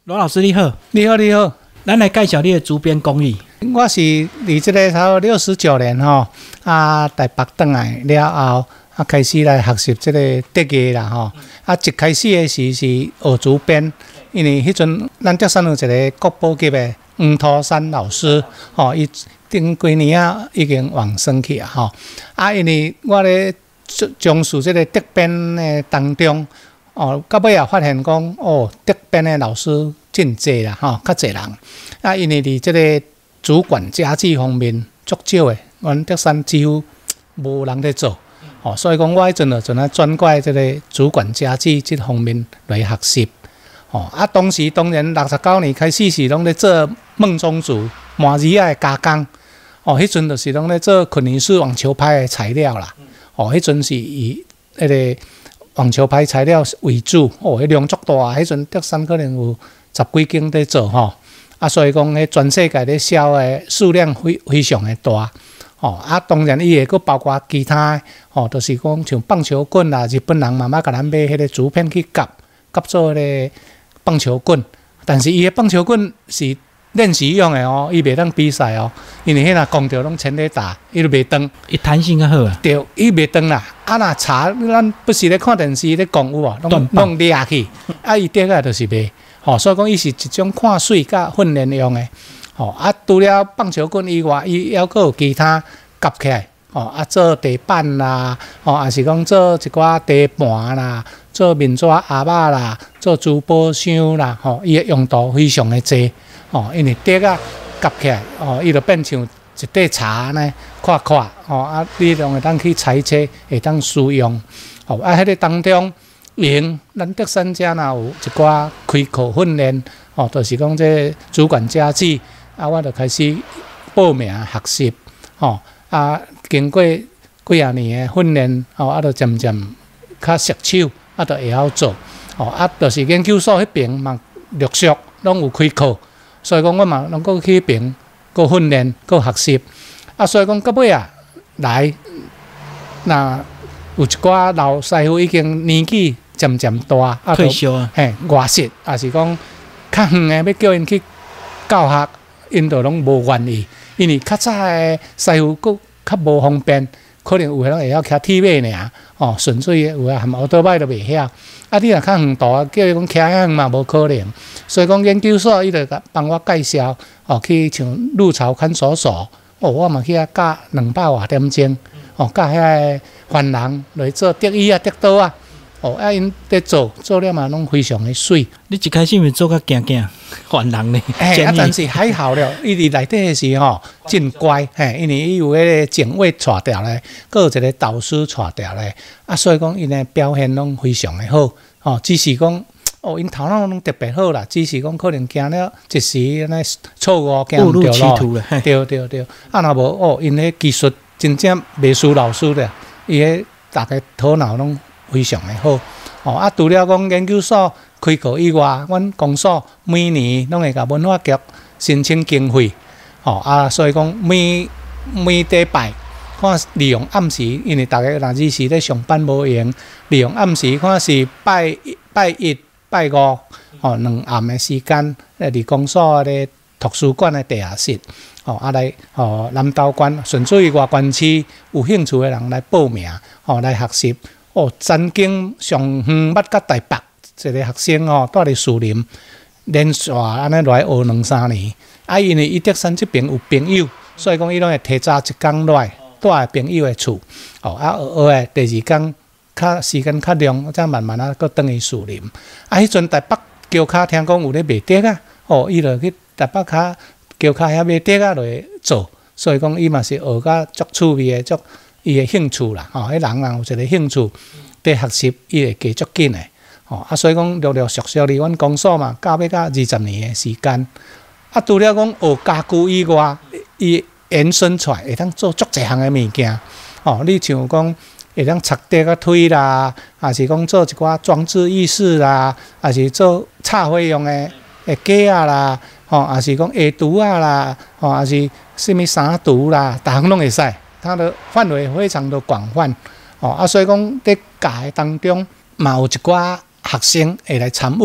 罗老师你好， 你好，你好， 咱来介绍你的主编工艺。 我是离这个差不多69年台北回来了后，开始来学习这个德艺啦一开始的是学主编，因为迄阵咱德山有一个国宝级的黄土山老师伊顶几年已经往生去因为我咧从事这个德编的当中到尾也发现讲德编的老师真济啦较济人因为伫这个主管家具方面足少的，阮德山几乎无人在做所以讲我迄阵就转过来这个主管家具这方面来学习当时当然69年开始是拢咧做梦中族麻子的加工迄阵就是拢咧做昆尼斯网球拍的材料啦迄阵是以迄个网球拍材料为主迄量足大迄阵德山可能有10几间在做所以讲迄全世界咧销的数量非常的大当然伊会佫包括其他就是讲像棒球棍啦，日本人慢慢甲咱买迄个竹片去夹做迄个棒球棍，但是伊的棒球棍是练习用的伊袂当比赛因为迄若讲着拢千里打，伊就袂长， 伊弹性较好啊。 对，伊袂长啦。若查咱不是咧看电视咧讲有拢掠去，伊底下就是袂所以讲伊是一种看水甲训练用的除了棒球棍以外，伊还佫有其他夹起来做地板啦也是讲做一寡地盘啦，做面纸盒仔啦，做珠宝箱啦伊的用途非常的济因为底下夹起来伊就变像一块茶呢垮你拢会当去裁切，会当使用迄个当中咱德山遮若有一寡开课训练就是讲这主管家具我就开始报名学习经过几啊年的训练就渐渐较熟手就会晓做就是研究所迄边嘛陆续拢有开课，所以讲我嘛能够去迄边搁训练搁学习所以讲到尾来那有一寡老师傅已经年纪渐渐大退休外籍也是讲较远的要叫因去教学，因就拢无愿意，因为较早的师傅佫较无方便，可能有的人会晓骑铁马尔纯粹有的含奥多摆都袂晓你若较远大叫伊讲骑遐嘛无可能，所以讲研究所伊就帮我介绍去像鹿草看守所我嘛去遐教200多点钟教遐番人来做德椅德刀因在做了嘛拢非常的水。 你一开始咪做甲惊犯人呢？ 但是还好了，伊伫内底是真乖因为伊有迄个警卫带调咧，佫有一个导师带调咧所以讲因的表现拢非常的好只是讲因头脑拢特别好啦，只是讲可能惊了一时安尼错误惊误入歧途了。 对若无因迄技术真正袂输老师的，伊迄大家头脑拢非常的好除了讲研究所开课以外，阮公所每年拢会甲文化局申请经费所以讲每礼拜看利用暗时，因为大家若日时咧上班无闲，利用暗时看是拜一拜五2暗的时间伫公所咧图书馆的地下室来南投县甚至于外县市有兴趣的人来报名来学习曾经上远捌到台北一个学生住伫树林连续安尼来学2-3年因为伊德山这边有朋友，所以讲伊拢会提早一天来住在朋友的厝学的第二天较时间较长，再慢慢佫转去树林迄阵台北桥骹听讲有咧卖竹伊就去台北桥骹遐卖竹来做，所以讲伊嘛是学甲足趣味的足伊的兴趣啦迄人有一个兴趣在学习，伊会加足紧的所以讲陆陆续续伫阮公所嘛教要到20年的时间除了讲学家具以外，伊延伸出来会当做足侪项的物件你像讲会当插竹啊推啦，还是讲做一寡装置艺术啦，还是做插花用的架啦还是讲画图啦还是什么衫图啦，逐项拢会使，它的范围非常的广泛所以讲在教的当中嘛有一寡学生会来参与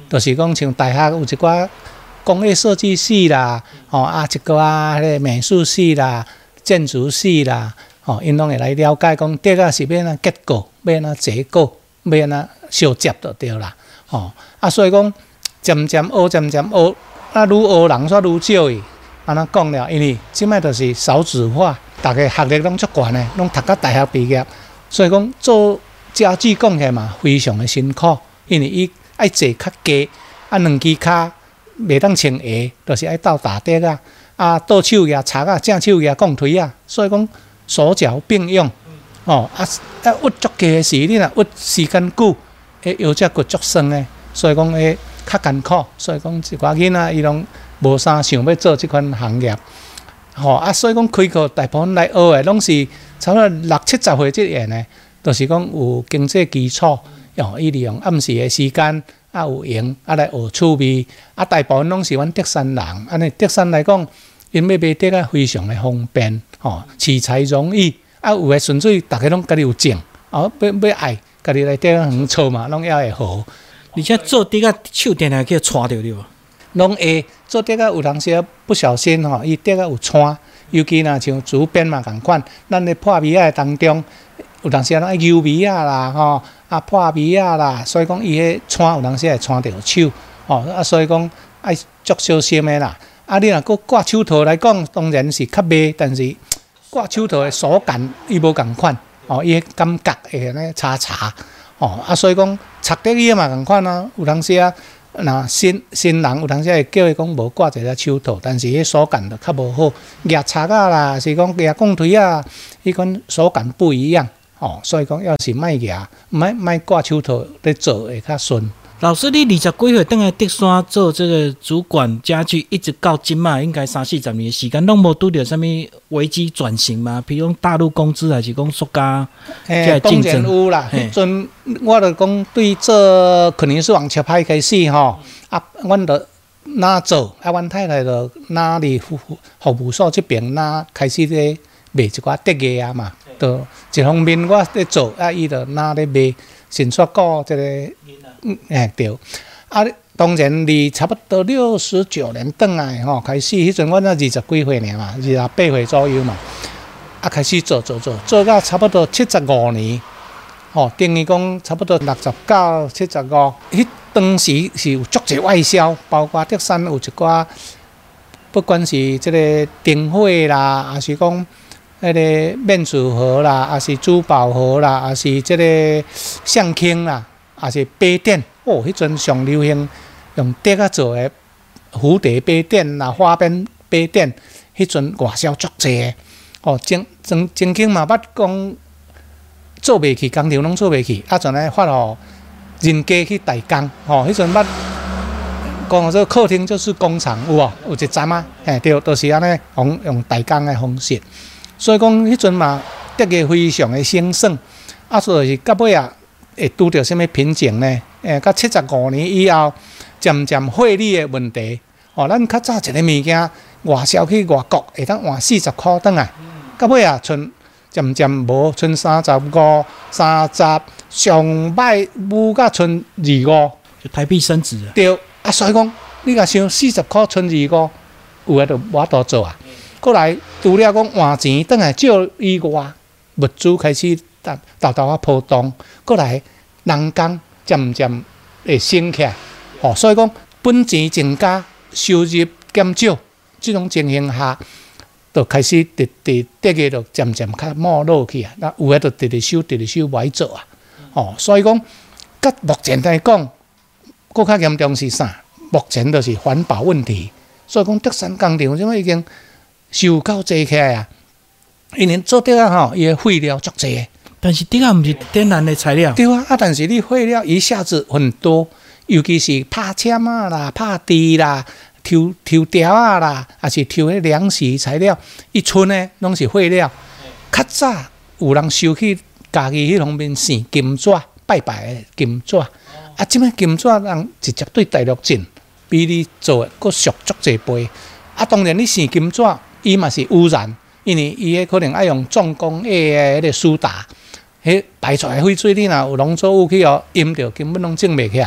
就是讲像大学有一寡工业设计系啦，一寡迄个美术系啦、建筑系啦，因拢会来了解讲竹啊是要安结构，要安结构，要安相接就对啦，所以讲渐渐学，渐渐学，愈学人煞愈少伊。安怎讲了？因为即摆就是少子化，大家学历拢足悬的，拢读到大学毕业，所以讲做家具贡献嘛，非常的辛苦，因为伊爱坐较低，两支骹袂当穿鞋，就是爱斗打竹倒手举叉正手举杠推所以讲手脚并用，屈足低的时，你若屈时间久，腰脊骨足酸的，所以讲会较艰苦，所以讲一寡囡仔伊拢。无啥想要做即款行业，所以讲开课大部分来学的，拢是差不多60-70岁即样的，就是讲有经济基础，伊利用暗时的时间有闲来学趣味，大部分拢是阮竹山人，安尼竹山来讲，因要买竹非常的方便，取材容易，有的纯粹大家拢家己有种，要爱家己来竹园厝嘛，拢也会好。 而且做竹手电还叫带着对无？ 拢会做竹有当时不小心伊竹有穿，尤其若像竹编嘛共款，咱咧破米仔当中，有当时拢爱油米仔啦，破米仔啦，所以讲伊迄穿有当时会穿着手，所以讲爱足小心的啦。你若佫挂手套来讲，当然是较袂，但是挂手套的手感伊无共款，伊感觉会安尼差，所以讲插竹伊嘛共款有当时那新人有当时会叫伊讲无挂一只手套，但是迄手感就较无好，举叉啦，是讲举杠推迄款手感不一样，所以讲要是莫举，莫挂手套咧做会较顺。 老师，你20几岁倒来竹山做这个主管家具，一直到今嘛，应该30-40年的时间，拢无拄着啥物危机转型嘛？比如讲大陆工资还是讲塑胶， 当然有啦。迄阵我就讲对做可能是往切派开始阮就哪做，阮太太就哪里服务所这边哪开始咧卖一寡竹艺嘛，就一方面我咧做，伊就哪咧卖新雪糕这个。对，当然差不多69年转来开始，迄阵我才20几岁尔嘛，28岁左右嘛，开始做到差不多75年，等于讲差不多69、75，迄当时是有足侪外销，包括竹山有一寡，不管是这个灯火啦，还是讲迄个面纸盒啦，还是珠宝盒啦，还是这个相框啦。也是杯垫，迄阵上流行用竹做的蝴蝶杯垫啦、花边杯垫，迄阵外销足济的。曾经嘛捌讲做袂起，工厂拢做袂起，阵来发互人家去代工。迄阵捌讲说客厅就是工厂，有无？有一站对，就是安尼用代工的方式。所以讲迄阵嘛，竹艺非常的兴盛，所以到尾会拄着什么瓶颈呢？到75年以后，渐渐汇率的问题，咱较早一个物件外销去外国会当换40块转来，到尾剩渐渐无，剩35、30，上歹无甲剩25， 就台币升值了。 对，所以讲你若想40块剩25，有诶就无法度做啊。过来除了讲换钱转来少以外，物资开始。豆波动，过来人工渐渐会升起来，所以讲本钱增加，收入减少，这种情形下，就开始伫竹艺就渐渐较没落去啊。那有诶就直收无爱做啊。所以讲，到目前来讲，更较严重是啥？目前就是环保问题。所以讲，竹山工厂怎么已经收够济起来啊？因为做竹伊诶废料足济。 但是竹毋是天然的材料， 对但是你废料一下子很多，尤其是拍签啦、拍地啦、抽条啦，还是抽迄粮食材料，一村呢拢是废料。较早有人收去家己迄方面生金纸，拜拜的金纸，即摆金纸人直接对大陆进，比你做的佫俗足侪倍。当然你生金纸，伊嘛是污染，因为伊迄可能爱用重工业的迄个苏打。迄排出来废水，你若有农作物去阴着，根本拢种袂起来。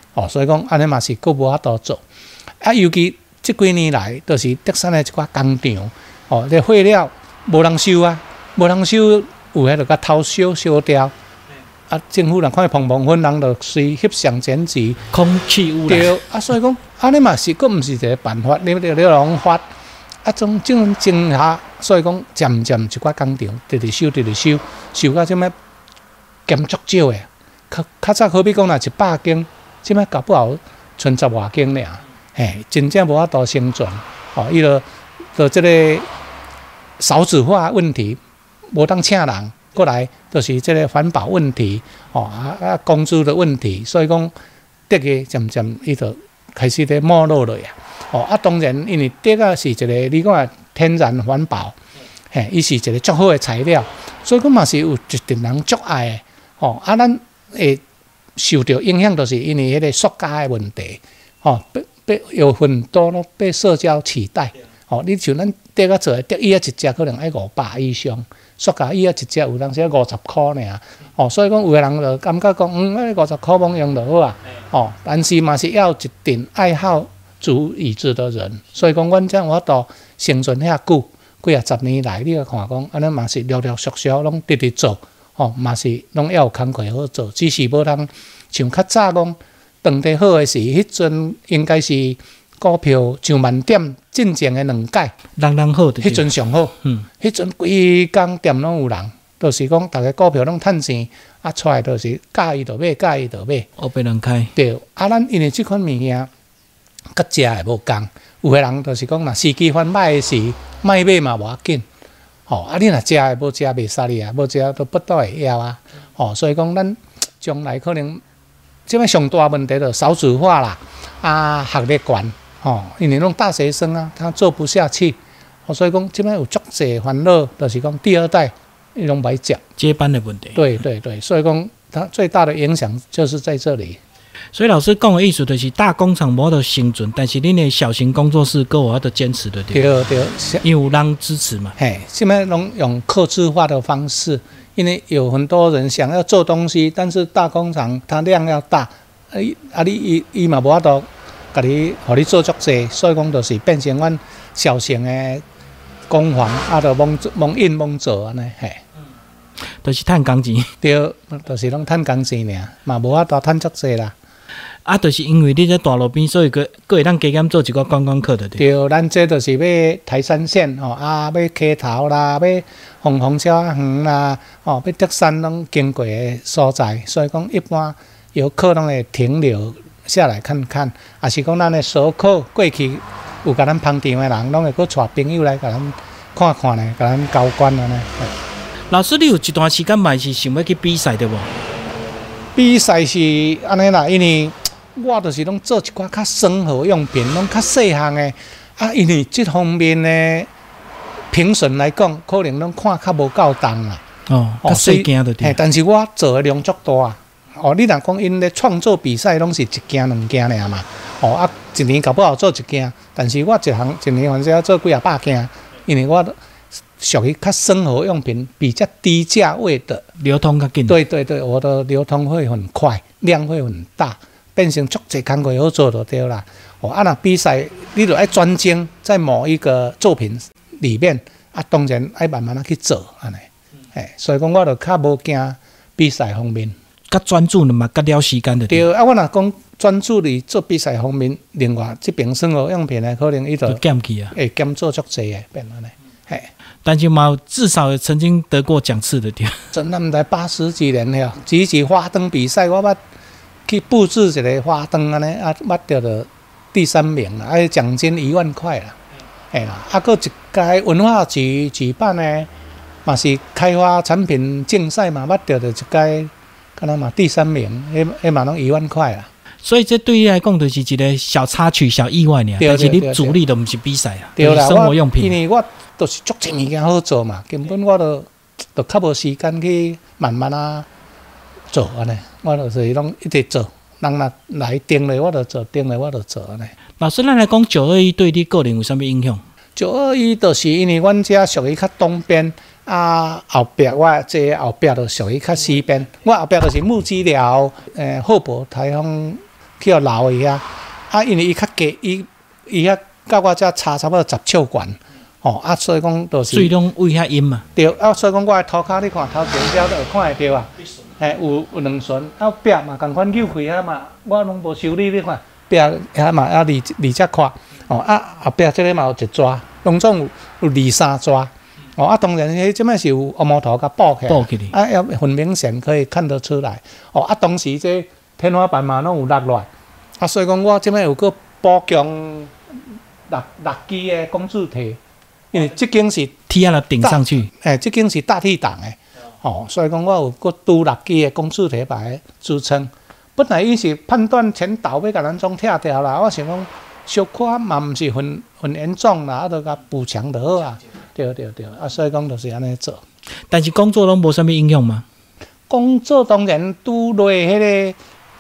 所以讲安尼嘛是佫无法度做。尤其即几年来，就是德山的一寡工厂，咧废料无人收啊，无人收，有迄就甲偷烧掉。政府人看碰粉，人就随翕相检举， 空气污染。 对，所以讲安尼嘛是佫毋是一个办法，你拢发。种种下，所以讲渐渐一寡工厂直收，收到即摆减足少诶。较早好比讲若100间，即摆搞不好剩10外间尔，真正无法度生存。伊就即个少子化问题，无当请人，过来就是即个环保问题，工资的问题，所以讲德个渐渐伊就开始咧没落了呀。当然，因为德个是一个你讲天然环保，伊是一个足好诶材料，所以讲嘛是有一群人足爱诶。咱会受到影响，就是因为迄个塑胶诶问题，被有很多都被塑胶取代。你像咱德个做德椅一只可能要500以上，塑胶椅一只有当时50块尔。所以讲有个人就感觉讲，50块罔用就好啊。但是嘛是要一定爱好煮椅子的人，所以讲，阮这我都生存遐久，几啊10年来，你来看讲，安尼嘛是陆陆续续拢直直做，嘛是拢还有工课好做，只是无通像较早讲，当地好诶是，迄阵应该是股票上万点进前诶2届， 人好的， 迄阵上好，迄阵规工店拢有人，就是讲大家股票拢趁钱，出来就是介意就买， 被人开。 对，咱因为即款物件。甲食诶无共，有个人就是讲，若时机反歹诶时，卖买嘛无要紧。你若食诶无食袂杀你啊，无食都不倒会枵啊。所以讲咱将来可能，即摆上大问题就少子化啦，学历悬，因为拢大学生啊，他做不下去，所以讲即摆有足济烦恼，就是讲第二代伊拢歹食接班的问题。 对，所以讲它最大的影响就是在这里。 所以老师讲的意思就是大工厂无得生存，但是恁的小型工作室够我要坚持的对，因为有人支持嘛。 现在拢用客制化的方式，因为有很多人想要做东西，但是大工厂它量要大，伊嘛无法度，甲你，互你做足济，所以讲就是变成阮小型的工坊，就罔印罔做安尼， 就是趁工钱。 对，就是拢趁工钱尔，嘛无法度趁足济啦。 就是因为你在大路边，所以佫会当加减做一个观光客的对。咱这就是要台山线要溪头啦，要凤小园啦，要德山拢经过的所在，所以讲一般游客拢会停留下来看看，也是讲咱的熟客过去有甲咱捧场的人，拢会佫带朋友来甲咱看看咧，甲咱交关安尼。 老师，你有一段时间嘛是想要去比赛的无？ 比赛是安尼啦，因为我就是拢做一寡较生活用品，拢较细项的因为这方面呢，评审来讲，可能拢看较无够重啦。 较细件的对。 但是我做的量足大啊。你若讲因咧创作比赛，拢是1件2件尔嘛。一年搞不好做1件，但是我一年反正要做几啊百件，因为我属于较生活用品，比较低价位的， 流通较紧。 对，我的流通会很快，量会很大。变成足济工课好做就对啦。若比赛，你就要专精在某一个作品里面，当然要慢慢去做安尼。所以讲我就较无惊比赛方面。 较专注的嘛，较了时间的。 对，我若讲专注伫做比赛方面，另外这边生活用品呢，可能伊就减去啊， 会减做足济的变安尼。 但是嘛，至少曾经得过奖次的对。 真咱在80几年了，举花灯比赛，我捌去布置一个花灯安尼，捌到了第3名啦，奖金1万块啦，佫一届文化局举办的，嘛是开发产品竞赛嘛，捌到了一届，可能嘛第3名，迄嘛拢1万块啦。 所以这对你来讲就是一个小插曲、小意外尔，但是你主力都不是比赛啊， 对啦， 生活用品。 因为我都是足济物件好做嘛，根本我都较无时间去慢慢做安尼，我就是拢一直做，人若来订咧，我就做，订咧我就做安尼。 老师，咱来讲921对你个人有啥物影响 ？921就是因为阮遮属于较东边，后壁我这后壁就属于较西边。我后壁就是木屐寮、厚薄、台风去互留伊遐，啊，因为伊较低，伊遐到我遮差不多10尺悬，啊，所以讲就是水拢为遐淹嘛。 对，啊，所以讲我的涂骹你看头前标都会看会到啊，有2船，啊壁嘛共款扭开遐嘛，我拢无修理，你看壁遐嘛啊二只块，啊后壁即个嘛有一抓，拢总有2-3抓。啊，当然，迄即摆是有乌毛头甲补起来，啊，要很明显可以看得出来。啊，当时这天花板嘛拢有落来，啊，所以讲我即摆有个补强6支的工字体，因为即间是梯啊，顶上去， 即间是大地档的，所以讲我有个拄6支的工字体来支撑。本来伊是判断全岛要甲咱总拆掉啦，我想讲小可嘛毋是很严重啦，啊，就甲补强就好啊。对，啊，所以讲就是安尼做。 但是工作拢无啥物影响嘛。 工作当然拄落迄个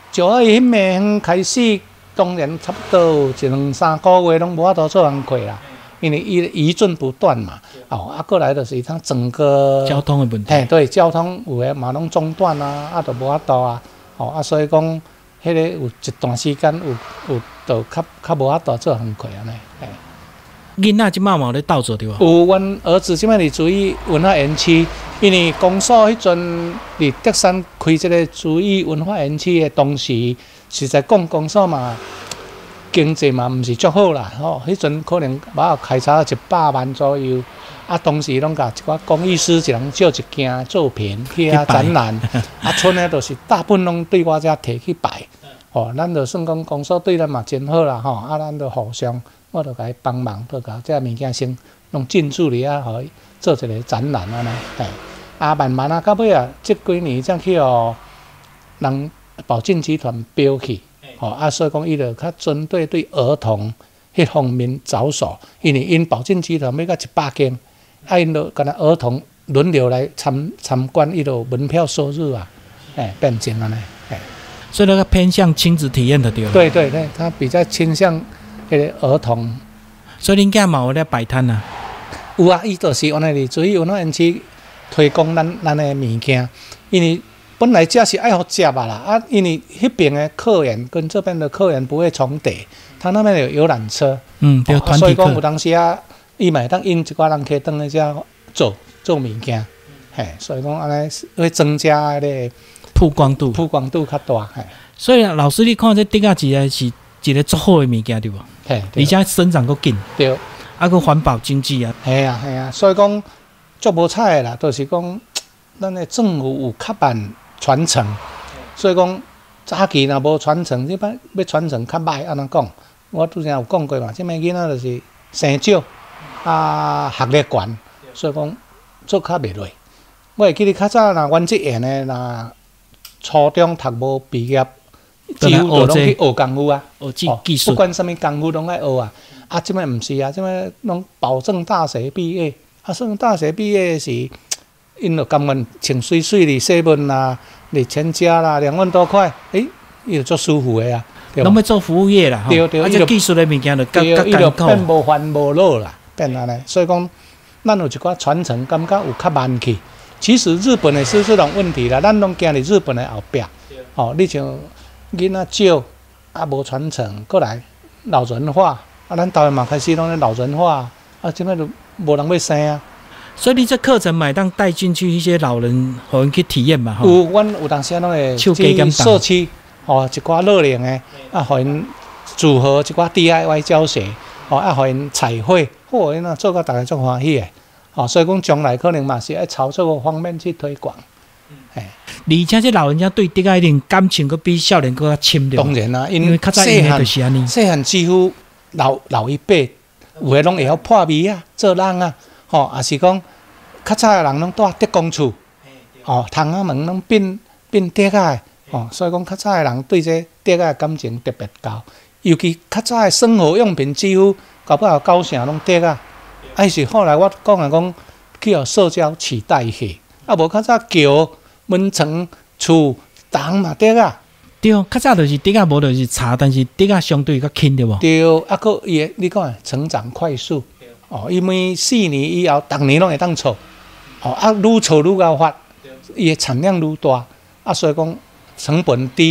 9月迄暝开始，当然差不多1-2-3个月拢无法度做工课啦，因为伊余震不断嘛。啊，过来就是它整个交通的问题。 对，交通有诶嘛拢中断啊，啊，就无法度啊。啊，所以讲迄个有一段时间有就较无法度做工课安尼。 囡仔即马嘛有咧斗做对无？ 有，阮儿子即摆伫注意文化园区，因为公所迄阵伫德山开即个注意文化园区的同时，实在讲公所嘛经济嘛毋是足好啦，迄阵可能把开采100万左右，啊，同时拢甲一寡工艺师一人借一件作品去遐展览，啊，剩诶就是大部分拢对我遮摕去摆，咱就算讲公所对咱嘛真好啦，啊，咱就互相。我就甲伊帮忙，都甲这物件先弄进驻里啊，互伊做一个展览安尼，啊，慢慢啊，到尾啊，这几年才去人保健集团标去，啊，所以讲伊就较针对儿童迄方面着手，因为因保健集团要到100间，啊，因就干那儿童轮流来参观，伊就门票收入啊，变成安尼， 所以那个偏向亲子体验的对。 对，他比较倾向。迄个儿童， 所以恁囝嘛有咧摆摊啊？ 有啊，伊就是安尼哩，注意有那因去推广咱的物件，因为本来遮是爱好食嘛啦，啊，因为迄边的客源跟这边的客源不会重叠，他那边有游览车， 对，团体客， 所以讲有当时啊，伊嘛会当引一寡人客倒来遮做物件，所以讲安尼会增加迄个曝光度较大， 所以老师你看这竹仔是一个足好的物件对无？而且生长够紧， 对， 啊个环保经济啊， 系啊，所以讲足无彩的啦，就是讲咱的政府有较慢传承，所以讲早期若无传承，即摆要传承较歹，安怎讲？我拄则有讲过嘛，即摆囡仔就是生少啊，学历悬，所以讲做较袂落。我会记得较早若阮即沿的若初中读无毕业。几乎都拢去学功夫啊， 技术， 不管什么功夫拢爱学啊。啊，即摆毋是啊，即摆拢保证大学毕业。啊，算大学毕业是，因就甘愿穿水水哩7啦，哩1000加啦，2万多块，伊就足舒服的啊。 拢要做服务业啦， 对， 啊，这技术的物件就伊就变无烦无恼啦，变安尼。所以讲，咱有一寡传承，感觉有较慢去。其实日本的是这种问题啦，咱拢行伫日本的后壁。你像。囡仔少啊，无传承，过来老人化啊，咱台湾嘛开始拢咧老人化啊，即摆就无人要生啊。 所以你这课程嘛，当带进去一些老人，互因去体验嘛。 阮有当时拢会去社区，一寡乐龄的啊，互因组合一寡 DIY 教学，啊，互因彩绘，因啊做到大家足欢喜的。所以讲将来可能嘛是爱朝这个方面去推广。 而且这老人家对竹仔一定感情佫比少年佫较深着。 当然啦， 因为较早因就是安尼。 细汉几乎老一辈，有诶拢会晓破味啊，做人啊，也是讲较早诶人拢住竹公厝，窗仔门拢变竹仔，所以讲较早诶人对这竹仔感情特别高，尤其较早诶生活用品几乎搞不好9成拢竹仔，是后来我讲去互塑胶取代去，啊无较早桥。门窗厝，逐项嘛竹仔。 对，较早就是竹仔，无就是茶，但是竹仔相对较轻对无？ 对，啊，佫伊你讲成长快速，伊每4年以后，逐年拢会当错，啊，愈错愈高发，伊的产量愈大，啊，所以讲成本低，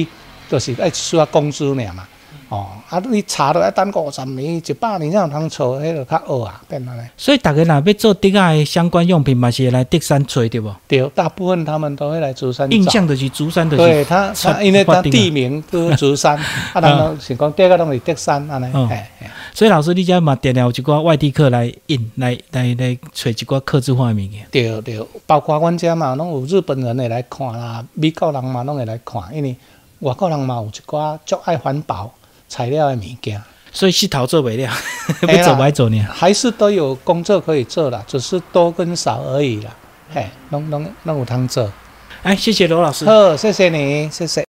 就是爱需要工资尔嘛。你查落要等50年、100年才有通找，迄就较恶啊，变安尼。 所以大家若要做竹仔的相关用品嘛，是会来竹山找对无？ 对，大部分他们都会来竹山找。 印象就是竹山，就是对他因为他地名都竹山，人都是讲竹仔拢是竹山安尼。 所以老师，你遮嘛定有一寡外地客来印，来找一寡客制化的物件。 对，包括阮遮嘛，拢有日本人会来看啦，美国人嘛拢会来看，因为外国人嘛有一寡足爱环保材料的物件。 所以石头做不了，要做白做呢。 还是都有工作可以做啦，只是多跟少而已啦。拢有通做。 谢谢罗老师。 好，谢谢你，谢谢。